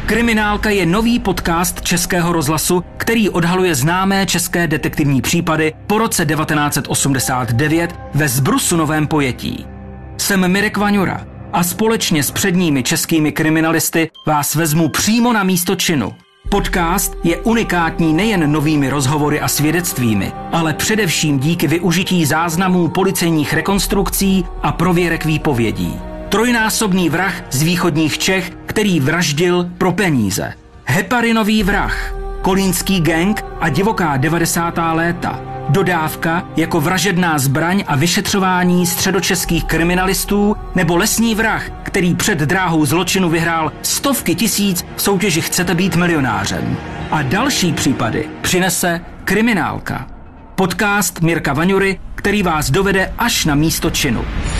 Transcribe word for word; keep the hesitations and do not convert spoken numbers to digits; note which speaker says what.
Speaker 1: Kriminálka je nový podcast Českého rozhlasu, který odhaluje známé české detektivní případy po roce devatenáct set osmdesát devět ve zbrusu novém pojetí. Jsem Mirek Vaňura a společně s předními českými kriminalisty vás vezmu přímo na místo činu. Podcast je unikátní nejen novými rozhovory a svědectvími, ale především díky využití záznamů policejních rekonstrukcí a prověrek výpovědí. Trojnásobný vrah z východních Čech, který vraždil pro peníze. Heparinový vrah, kolínský gang a divoká devadesátá léta. Dodávka jako vražedná zbraň a vyšetřování středočeských kriminalistů nebo lesní vrah, který před dráhou zločinu vyhrál stovky tisíc v soutěži Chcete být milionářem. A další případy přinese Kriminálka. Podcast Mirka Vaňury, který vás dovede až na místo činu.